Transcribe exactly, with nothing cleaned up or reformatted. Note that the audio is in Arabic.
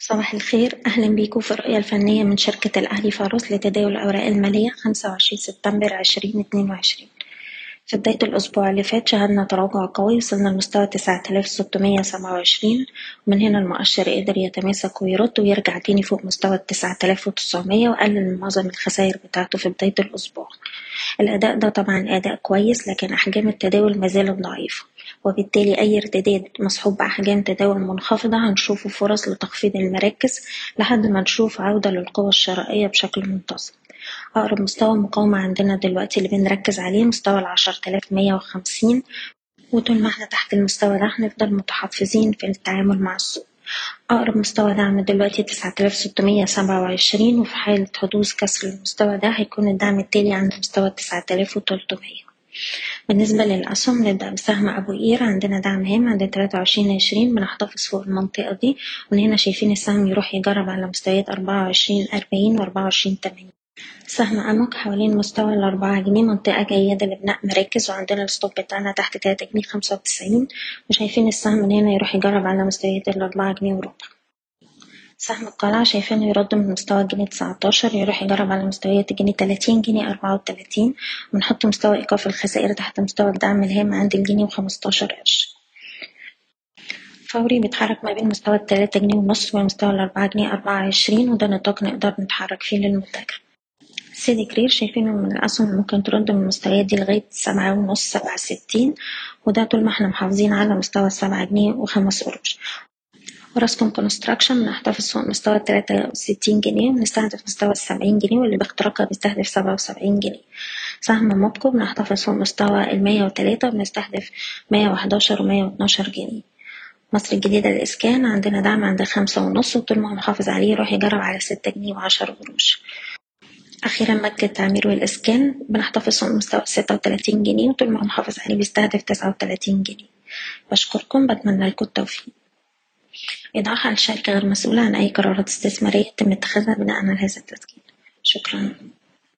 صباح الخير، أهلا بيكم في الرؤية الفنية من شركة الأهلي فاروس لتداول الأوراق المالية خمسة وعشرين سبتمبر عشرين اتنين وعشرين. في بداية الأسبوع اللي فات شهدنا تراجع قوي، وصلنا لمستوى تسعة آلاف ستمية سبعة وعشرين، ومن هنا المؤشر قدر يتماسك ويرد ويرجع تاني فوق مستوى التسعة آلاف وتسعمية، وقلل من معظم الخسائر بتاعته في بداية الأسبوع. الأداء ده طبعا أداء كويس، لكن أحجام التداول مازالت ضعيفة، وبالتالي أي ارتداد مصحوب بأحجام تداول منخفضة هنشوفه فرص لتخفيض المراكز لحد ما نشوف عودة للقوى الشرائية بشكل منتظم. أقرب مستوى مقاومة عندنا دلوقتي اللي بنركز عليه مستوى العشرة آلاف مية وخمسين، وطول ما احنا تحت المستوى ده هنفضل متحفظين في التعامل مع السوق. أقرب مستوى دعم دلوقتي تسعة آلاف ستمية سبعة وعشرين، وفي حالة حدوث كسر المستوى ده هيكون الدعم التالي عند مستوى تسعة آلاف وتلتمية. بالنسبة للأسهم نبدأ بسهم أبو قير، عندنا دعم هام عند تلاتة وعشرين عشرين، بنحتفظ فوق المنطقة دي، ومن هنا شايفين السهم يروح يجرب على مستويات أربعة وعشرين أربعين وأربعة وعشرين تمانين. سهم أموك حوالين مستوى الأربعة جنيه، منطقة جيدة لبناء مراكز، وعندنا الستوب بتاعنا تحت تلاتة جنيه خمسة وتسعين، وشايفين السهم من هنا يروح يجرب على مستويات الأربعة جنيه وربع. سهم القلعة شايفينه يرد من مستوى الجنيه تسعتاشر، يروح يجرب على مستويات الجنيه تلاتين جنيه أربعة وتلاتين، ونحط مستوى إيقاف الخسائر تحت مستوى الدعم الهام عند الجنيه وخمستاشر قرش. فوري بيتحرك ما بين مستوى التلاتة جنيه ونص ومستوى الأربعة جنيه أربعة وعشرين، وده نطاق نقدر نتحرك فيه للمتاجرة. سيدي كرير شايفينه من الأسهم اللي ممكن ترد من المستويات دي لغاية سبعة ونص سبعة ستين، وده طول ما احنا محافظين على مستوى السبعة جنيه وخمس قروش. وراسكوم كونستراكشن بنحتفظ فوق مستوى التلاتة وستين جنيه، ونستهدف مستوى السبعين جنيه، واللي باختراقها بيستهدف سبعة وسبعين جنيه. سهم موبكو بنحتفظ فوق مستوى المية وتلاتة، وبنستهدف مية وحداشر ومية واتناشر جنيه. مصر الجديدة للإسكان عندنا دعم عند خمسة ونص، وطول ما هو محافظ عليه يروح يجرب على ستة جنيه وعشرة قروش. أخيرا مكة التعمير والإسكان بنحتفظ فوق مستوى ستة وتلاتين جنيه، وطول ما هو محافظ عليه بيستهدف تسعة وتلاتين جنيه. بشكركم، بتمنى لكم التوفيق. إيضاح: الشركة غير مسؤولة عن أي قرارات استثمارية يتم اتخاذها بناء على هذا التسجيل. شكرا.